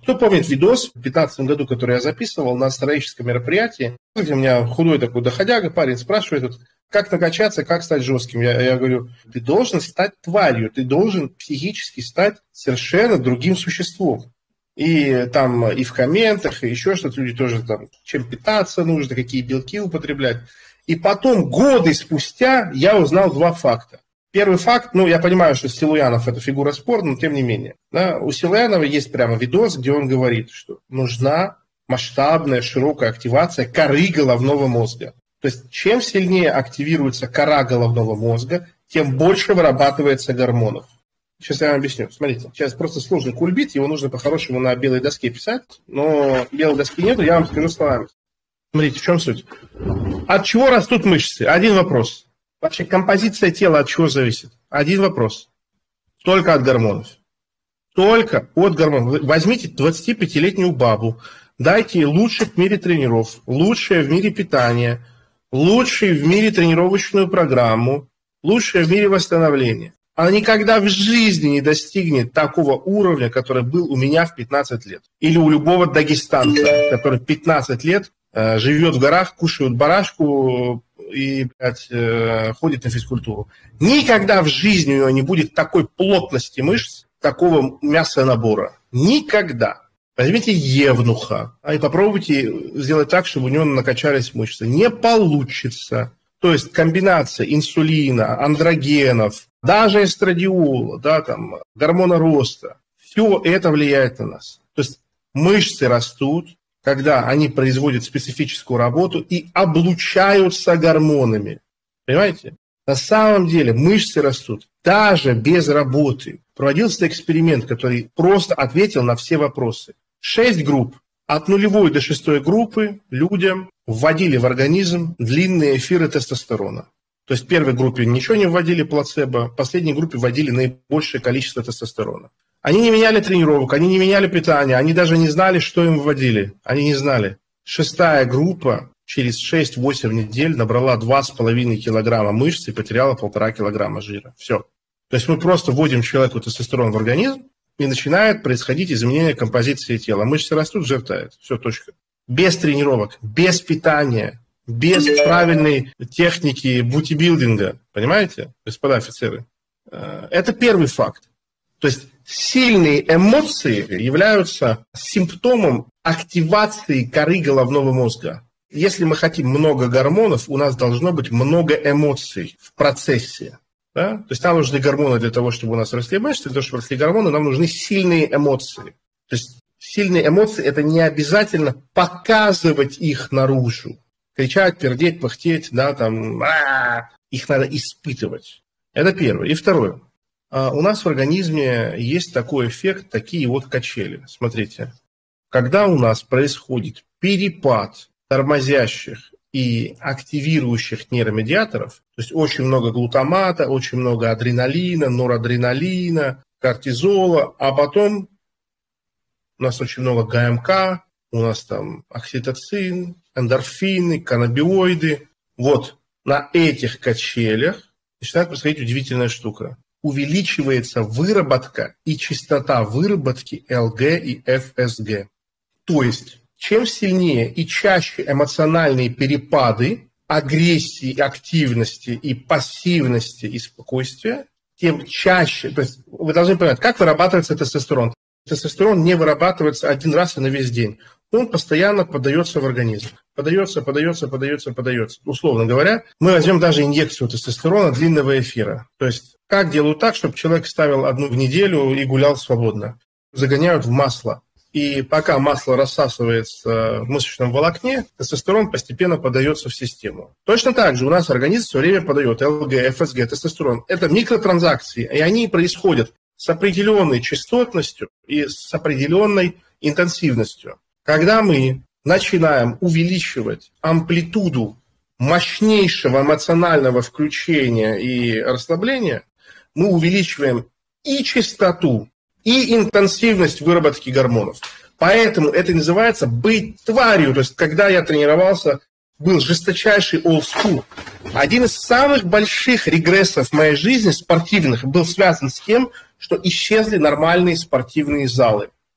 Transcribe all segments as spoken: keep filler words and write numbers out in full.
Кто помнит видос в две тысячи пятнадцатом году, который я записывал на астрологическом мероприятии, где у меня худой такой доходяга, парень спрашивает, как накачаться, как стать жестким. Я, я говорю, ты должен стать тварью, ты должен психически стать совершенно другим существом. И там и в комментах, и еще что-то люди тоже там, чем питаться нужно, какие белки употреблять. И потом, годы спустя, я узнал два факта. Первый факт, ну, я понимаю, что Силуянов – это фигура спорта, но тем не менее. Да, у Силуянова есть прямо видос, где он говорит, что нужна масштабная, широкая активация коры головного мозга. То есть, чем сильнее активируется кора головного мозга, тем больше вырабатывается гормонов. Сейчас я вам объясню. Смотрите, сейчас просто сложный кульбит, его нужно по-хорошему на белой доске писать, но белой доски нету, я вам скажу словами. Смотрите, в чем суть. От чего растут мышцы? Один вопрос. Вообще композиция тела от чего зависит? Один вопрос. Только от гормонов. Только от гормонов. Возьмите двадцатипятилетнюю бабу, дайте ей лучших в мире тренеров, лучшее в мире питание, лучшее в мире тренировочную программу, лучшее в мире восстановления. Она никогда в жизни не достигнет такого уровня, который был у меня в пятнадцать лет. Или у любого дагестанца, который пятнадцать лет э, живет в горах, кушает барашку и, блядь, э, ходит на физкультуру. Никогда в жизни у него не будет такой плотности мышц, такого мясонабора. Никогда. Возьмите евнуха, а и попробуйте сделать так, чтобы у него накачались мышцы. Не получится. То есть комбинация инсулина, андрогенов, даже эстрадиола, да, там, гормона роста, все это влияет на нас. То есть мышцы растут, когда они производят специфическую работу и облучаются гормонами. Понимаете? На самом деле мышцы растут даже без работы. Проводился эксперимент, который просто ответил на все вопросы. Шесть групп. От нулевой до шестой группы людям вводили в организм длинные эфиры тестостерона. То есть в первой группе ничего не вводили, плацебо, в последней группе вводили наибольшее количество тестостерона. Они не меняли тренировок, они не меняли питание, они даже не знали, что им вводили. Они не знали. Шестая группа через шесть-восемь недель набрала два с половиной килограмма мышц и потеряла полтора килограмма жира. Все. То есть мы просто вводим человеку тестостерон в организм, и начинает происходить изменение композиции тела. Мышцы растут, жир тает. Все, точка. Без тренировок, без питания, без правильной техники бутибилдинга. Понимаете, господа офицеры? Это первый факт. То есть сильные эмоции являются симптомом активации коры головного мозга. Если мы хотим много гормонов, у нас должно быть много эмоций в процессе. Да? То есть нам нужны гормоны для того, чтобы у нас росли мышцы, для того, чтобы росли гормоны, нам нужны сильные эмоции. То есть сильные эмоции – это не обязательно показывать их наружу. Кричать, пердеть, пыхтеть, да, там, а-а-а. Их надо испытывать. Это первое. И второе. У нас в организме есть такой эффект, такие вот качели. Смотрите. Когда у нас происходит перепад тормозящих и активирующих нейромедиаторов, то есть очень много глутамата, очень много адреналина, норадреналина, кортизола, а потом у нас очень много ГМК, у нас там окситоцин, эндорфины, каннабиоиды. Вот на этих качелях начинает происходить удивительная штука. Увеличивается выработка и частота выработки эл гэ и эф эс гэ. То есть чем сильнее и чаще эмоциональные перепады, агрессии, активности и пассивности и спокойствия, тем чаще, то есть вы должны понимать, как вырабатывается тестостерон. Тестостерон не вырабатывается один раз и на весь день. Он постоянно подается в организм. Подается, подается, подается, подается. Условно говоря, мы возьмем даже инъекцию тестостерона длинного эфира. То есть как делают так, чтобы человек ставил одну в неделю и гулял свободно? Загоняют в масло. И пока масло рассасывается в мышечном волокне, тестостерон постепенно подается в систему. Точно так же у нас организм все время подает эл гэ, эф эс гэ, тестостерон. Это микротранзакции, и они происходят с определенной частотностью и с определенной интенсивностью. Когда мы начинаем увеличивать амплитуду мощнейшего эмоционального включения и расслабления, мы увеличиваем и частоту, и интенсивность выработки гормонов. Поэтому это называется быть тварью. То есть, когда я тренировался, был жесточайший old school. Один из самых больших регрессов в моей жизни, спортивных, был связан с тем, что исчезли нормальные спортивные залы.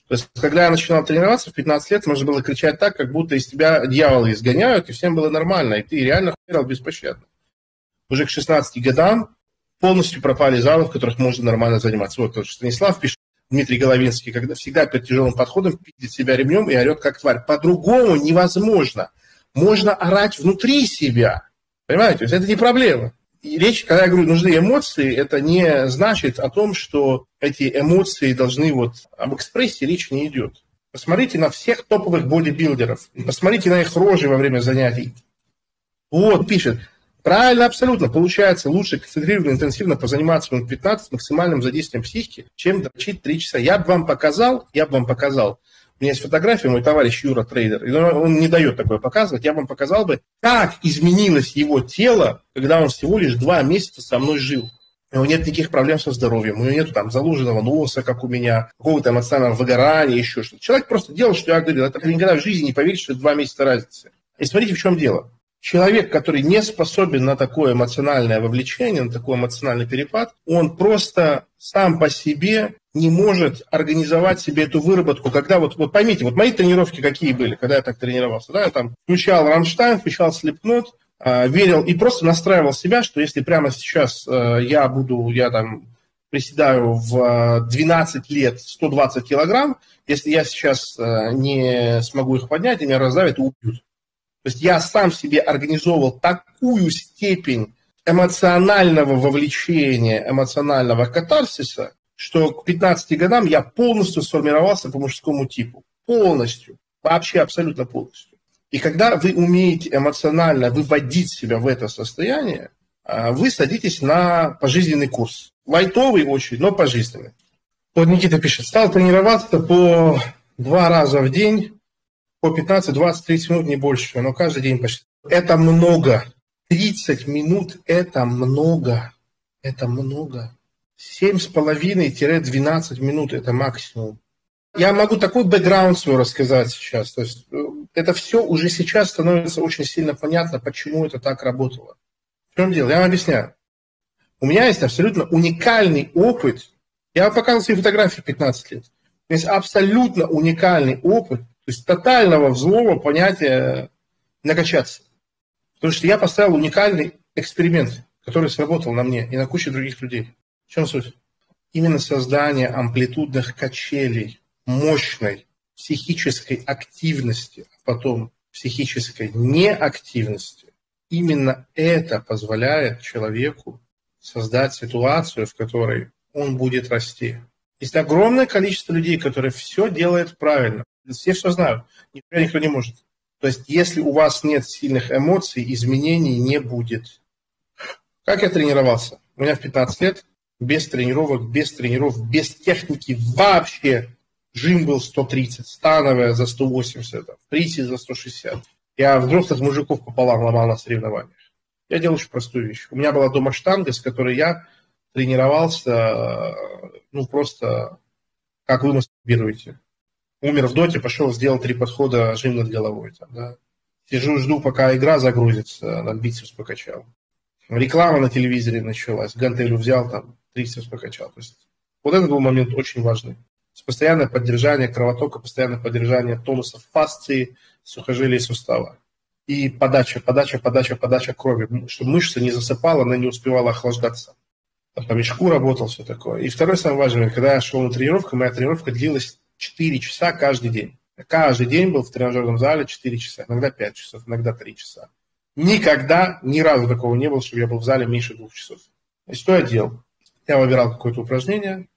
То есть, когда я начинал тренироваться в пятнадцать лет, можно было кричать так, как будто из тебя дьяволы изгоняют, и всем было нормально, и ты реально хуярил беспощадно. Уже к шестнадцати годам полностью пропали залы, в которых можно нормально заниматься. Вот тот Станислав пишет, Дмитрий Головинский, когда всегда перед тяжелым подходом пиздит себя ремнем и орет как тварь. По-другому невозможно. Можно орать внутри себя. Понимаете? То есть это не проблема. И речь, когда я говорю, нужны эмоции, это не значит о том, что эти эмоции должны вот... Об экспрессии речь не идет. Посмотрите на всех топовых бодибилдеров. Посмотрите на их рожи во время занятий. Вот, пишет. Правильно, абсолютно. Получается лучше концентрированно, интенсивно позаниматься минут пятнадцать с максимальным задействием психики, чем дрочить три часа. Я бы вам показал, я бы вам показал. У меня есть фотография, мой товарищ Юра трейдер, и он не дает такое показывать. Я вам показал бы, как изменилось его тело, когда он всего лишь два месяца со мной жил. У него нет никаких проблем со здоровьем, у него нет там заложенного носа, как у меня, какого-то эмоционального выгорания, еще что-то. Человек просто делал, что я говорил. Это никогда в жизни не поверишь, что это два месяца разницы. И смотрите, в чем дело. Человек, который не способен на такое эмоциональное вовлечение, на такой эмоциональный перепад, он просто сам по себе не может организовать себе эту выработку. Когда вот, вот поймите, вот мои тренировки какие были, когда я так тренировался, да, я там включал Рамштайн, включал Slipknot, э, верил и просто настраивал себя, что если прямо сейчас э, я буду, я там приседаю в двенадцать лет сто двадцать килограмм, если я сейчас э, не смогу их поднять, и меня раздавят и убьют. То есть я сам себе организовывал такую степень эмоционального вовлечения, эмоционального катарсиса, что к пятнадцати годам я полностью сформировался по мужскому типу. Полностью. Вообще абсолютно полностью. И когда вы умеете эмоционально выводить себя в это состояние, вы садитесь на пожизненный курс. Лайтовый очень, но пожизненный. Вот Никита пишет, стал тренироваться по два раза в день, по пятнадцать, двадцать, тридцать минут, не больше, но каждый день почти. Это много. тридцать минут – это много. Это много. семь с половиной - двенадцать минут – это максимум. Я могу такой бэкграунд свой рассказать сейчас. То есть это все уже сейчас становится очень сильно понятно, почему это так работало. В чем дело? Я вам объясняю. У меня есть абсолютно уникальный опыт. Я вам показывал свои фотографии пятнадцать лет. У меня есть абсолютно уникальный опыт, то есть тотального взлома понятия накачаться. Потому что я поставил уникальный эксперимент, который сработал на мне и на куче других людей. В чем суть? Именно создание амплитудных качелей, мощной психической активности, а потом психической неактивности. Именно это позволяет человеку создать ситуацию, в которой он будет расти. Есть огромное количество людей, которые все делают правильно. Все все знают. Никто, никто не может. То есть, если у вас нет сильных эмоций, изменений не будет. Как я тренировался? У меня в пятнадцать лет без тренировок, без тренировок, без техники вообще. Жим был сто тридцать, становая за сто восемьдесят, присед за сто шестьдесят. Я взрослых мужиков пополам ломал на соревнованиях. Я делал очень простую вещь. У меня была дома штанга, с которой я тренировался, ну, просто как вы мастурбируете. Умер в доте, пошел, сделал три подхода, жим над головой. Там, да. Сижу, жду, пока игра загрузится, над бицепс покачал. Реклама на телевизоре началась, гантелю взял, там, трицепс покачал. То есть, вот этот был момент очень важный. Постоянное поддержание кровотока, постоянное поддержание тонуса фасции, сухожилия и сустава. И подача, подача, подача, подача крови, чтобы мышца не засыпала, она не успевала охлаждаться. Там по мешку работал, все такое. И второй самый важный, когда я шел на тренировку, моя тренировка длилась четыре часа каждый день. Каждый день был в тренажерном зале четыре часа, иногда пять часов, иногда три часа. Никогда, ни разу такого не было, чтобы я был в зале меньше двух часов. И что я делал? Я выбирал какое-то упражнение,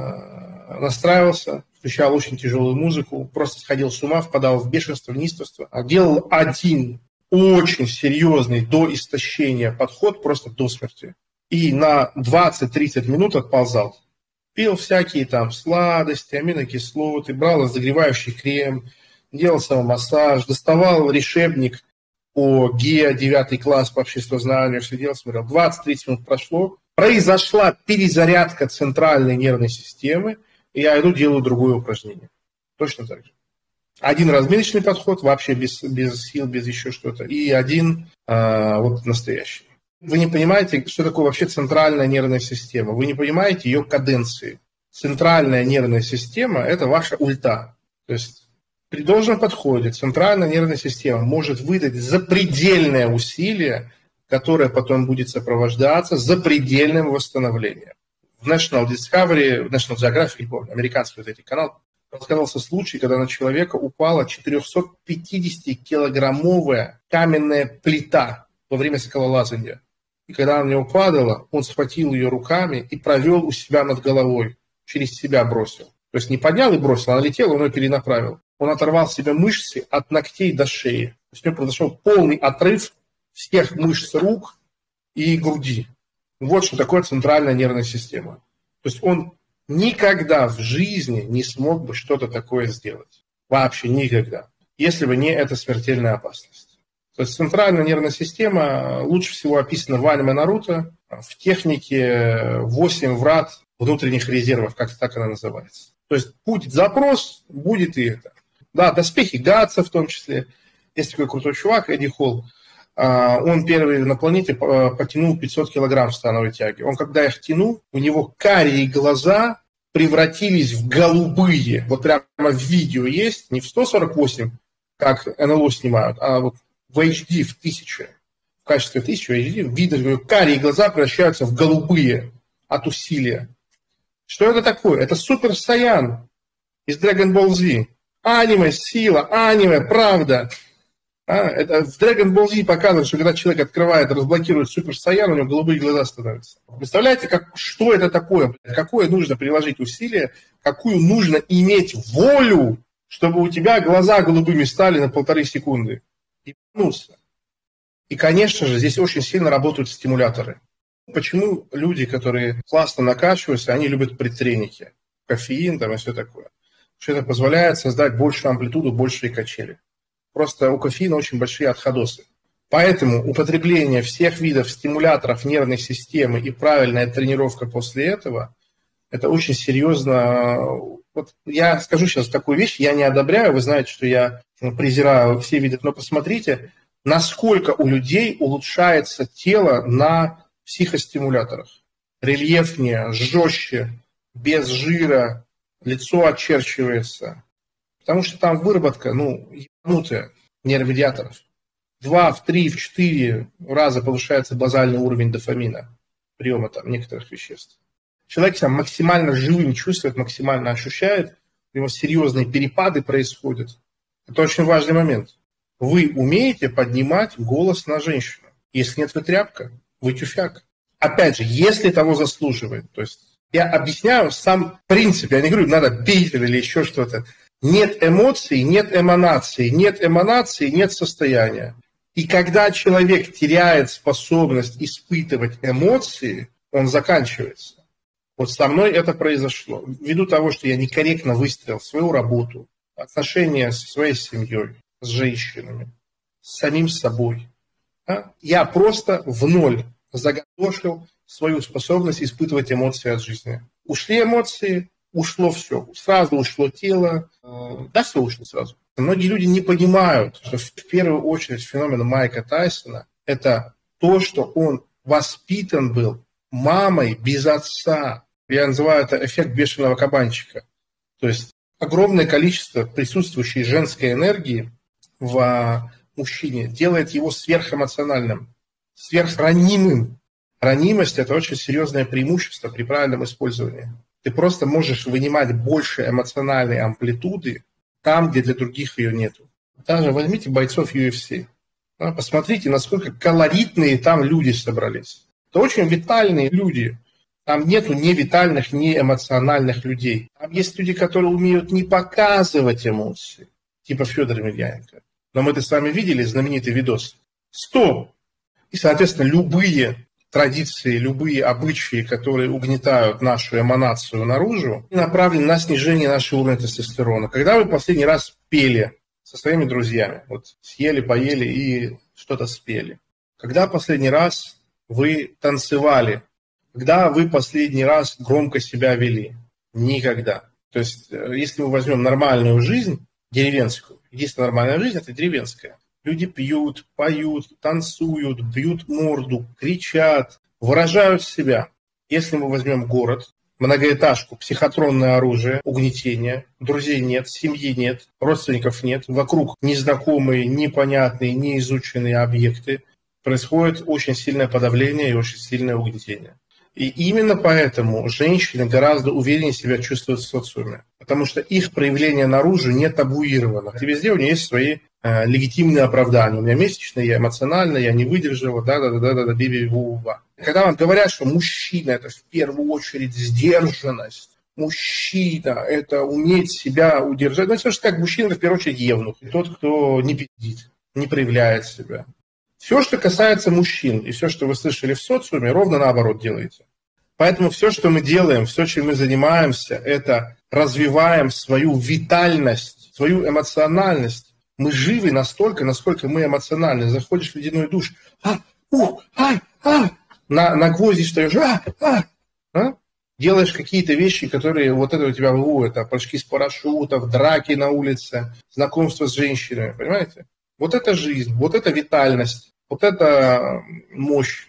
настраивался, включал очень тяжелую музыку, просто сходил с ума, впадал в бешенство, в неистовство. Делал один очень серьезный до истощения подход, просто до смерти. И на двадцать-тридцать минут отползал. Пил всякие там сладости, аминокислоты, брал разогревающий крем, делал самомассаж, доставал решебник по ГИА, девятый класс по обществознанию, все делал, смотрел. двадцать-тридцать минут прошло, произошла перезарядка центральной нервной системы, и я иду, делаю другое упражнение. Точно так же. Один разминочный подход, вообще без, без сил, без еще что-то, и один а, вот настоящий. Вы не понимаете, что такое вообще центральная нервная система. Вы не понимаете ее каденции. центральная нервная система – это ваша ульта. То есть при должном подходе центральная нервная система может выдать запредельное усилие, которое потом будет сопровождаться запредельным восстановлением. В National Discovery, в National Geographic, помню, американский вот этот канал, рассказался случай, когда на человека упала четырехсотпятидесятикилограммовая каменная плита во время скалолазания. И когда она на него падала, он схватил ее руками и провел у себя над головой, через себя бросил. То есть не поднял и бросил, она летела, он ее перенаправил. Он оторвал себе мышцы от ногтей до шеи. То есть у него произошел полный отрыв всех мышц рук и груди. Вот что такое центральная нервная система. То есть он никогда в жизни не смог бы что-то такое сделать. Вообще никогда. Если бы не эта смертельная опасность. То есть центральная нервная система лучше всего описана в аниме Наруто в технике восемь врат внутренних резервов, как так она называется. То есть будет запрос, будет и это. Да, доспехи Гатса в том числе. Есть такой крутой чувак, Эдди Холл. Он первый на планете потянул пятьсот килограмм в становой тяге. Он когда их тянул, у него карие глаза превратились в голубые. Вот прямо в видео есть, не в сто сорок восемь, как эн эл о снимают, а вот в эйч ди, в тысяче. В качестве тысячи эйч ди видно, что карие глаза превращаются в голубые от усилия. Что это такое? Это Супер Саян из Dragon Ball Z. Аниме, сила, аниме, правда. А, это в Dragon Ball Z показывают, что когда человек открывает, разблокирует Супер Саян, у него голубые глаза становятся. Представляете, как, что это такое? Какое нужно приложить усилие, какую нужно иметь волю, чтобы у тебя глаза голубыми стали на полторы секунды. И, и, конечно же, здесь очень сильно работают стимуляторы. Почему люди, которые классно накачиваются, они любят предтреники, кофеин там и все такое? Потому что это позволяет создать большую амплитуду, большие качели. Просто у кофеина очень большие отходосы. Поэтому употребление всех видов стимуляторов нервной системы и правильная тренировка после этого, это очень серьезно. Вот я скажу сейчас такую вещь, я не одобряю, вы знаете, что я презираю все виды, но посмотрите, насколько у людей улучшается тело на психостимуляторах. Рельефнее, жестче, без жира, лицо очерчивается. Потому что там выработка, ну, ебанутая нейромедиаторов. Два, в три, в четыре раза повышается базальный уровень дофамина, приема там некоторых веществ. Человек себя максимально живым чувствует, максимально ощущает, у него серьезные перепады происходят. Это очень важный момент. Вы умеете поднимать голос на женщину. Если нет, вы тряпка, вы тюфяк. Опять же, если того заслуживает. То есть я объясняю сам принцип. Я не говорю, надо пить или еще что-то. Нет эмоций, нет эманации. Нет эманации, нет состояния. И когда человек теряет способность испытывать эмоции, он заканчивается. Вот со мной это произошло. Ввиду того, что я некорректно выстроил свою работу, отношения со своей семьей, с женщинами, с самим собой. Да? Я просто в ноль заготовил свою способность испытывать эмоции от жизни. Ушли эмоции, ушло все. Сразу ушло тело. Да, все ушло сразу. Многие люди не понимают, что в первую очередь феномен Майка Тайсона – это то, что он воспитан был мамой без отца. Я называю это эффект бешеного кабанчика. То есть огромное количество присутствующей женской энергии в мужчине делает его сверхэмоциональным, сверхранимым. Ранимость – это очень серьезное преимущество при правильном использовании. Ты просто можешь вынимать больше эмоциональной амплитуды там, где для других ее нету. Даже возьмите бойцов ю эф си. Посмотрите, насколько колоритные там люди собрались. Это очень витальные люди. Там нету ни витальных, ни эмоциональных людей. Там есть люди, которые умеют не показывать эмоции. Типа Федор Емельяненко. Но мы-то с вами видели знаменитый видос. Стоп! И, соответственно, любые традиции, любые обычаи, которые угнетают нашу эманацию наружу, направлены на снижение нашего уровня тестостерона. Когда вы последний раз пели со своими друзьями, вот съели, поели и что-то спели? Когда последний раз вы танцевали? Когда вы последний раз громко себя вели? Никогда. То есть, если мы возьмем нормальную жизнь, деревенскую, единственная нормальная жизнь – это деревенская. Люди пьют, поют, танцуют, бьют морду, кричат, выражают себя. Если мы возьмем город, многоэтажку, психотронное оружие, угнетение, друзей нет, семьи нет, родственников нет, вокруг незнакомые, непонятные, неизученные объекты, происходит очень сильное подавление и очень сильное угнетение. И именно поэтому женщины гораздо увереннее себя чувствуют в социуме, потому что их проявление наружу не табуировано. И везде у нее есть свои э, легитимные оправдания. У меня месячные, я эмоциональная, я не выдержала, да-да-да-да-да, би-би-бу-ба. Когда вам говорят, что мужчина – это в первую очередь сдержанность, мужчина – это уметь себя удержать, ну, это же как мужчина – это в первую очередь евнух, тот, кто не пиздит, не проявляет себя. Все, что касается мужчин, и все, что вы слышали в социуме, ровно наоборот делаете. Поэтому все, что мы делаем, все, чем мы занимаемся, это развиваем свою витальность, свою эмоциональность. Мы живы настолько, насколько мы эмоциональны. Заходишь в ледяной душ, а, у, а, а, на, на гвозди встаешь, а, а, а, делаешь какие-то вещи, которые вот это у тебя выводят, а, прыжки с парашютов, драки на улице, знакомство с женщинами, понимаете? Вот это жизнь, вот это витальность, вот это мощь.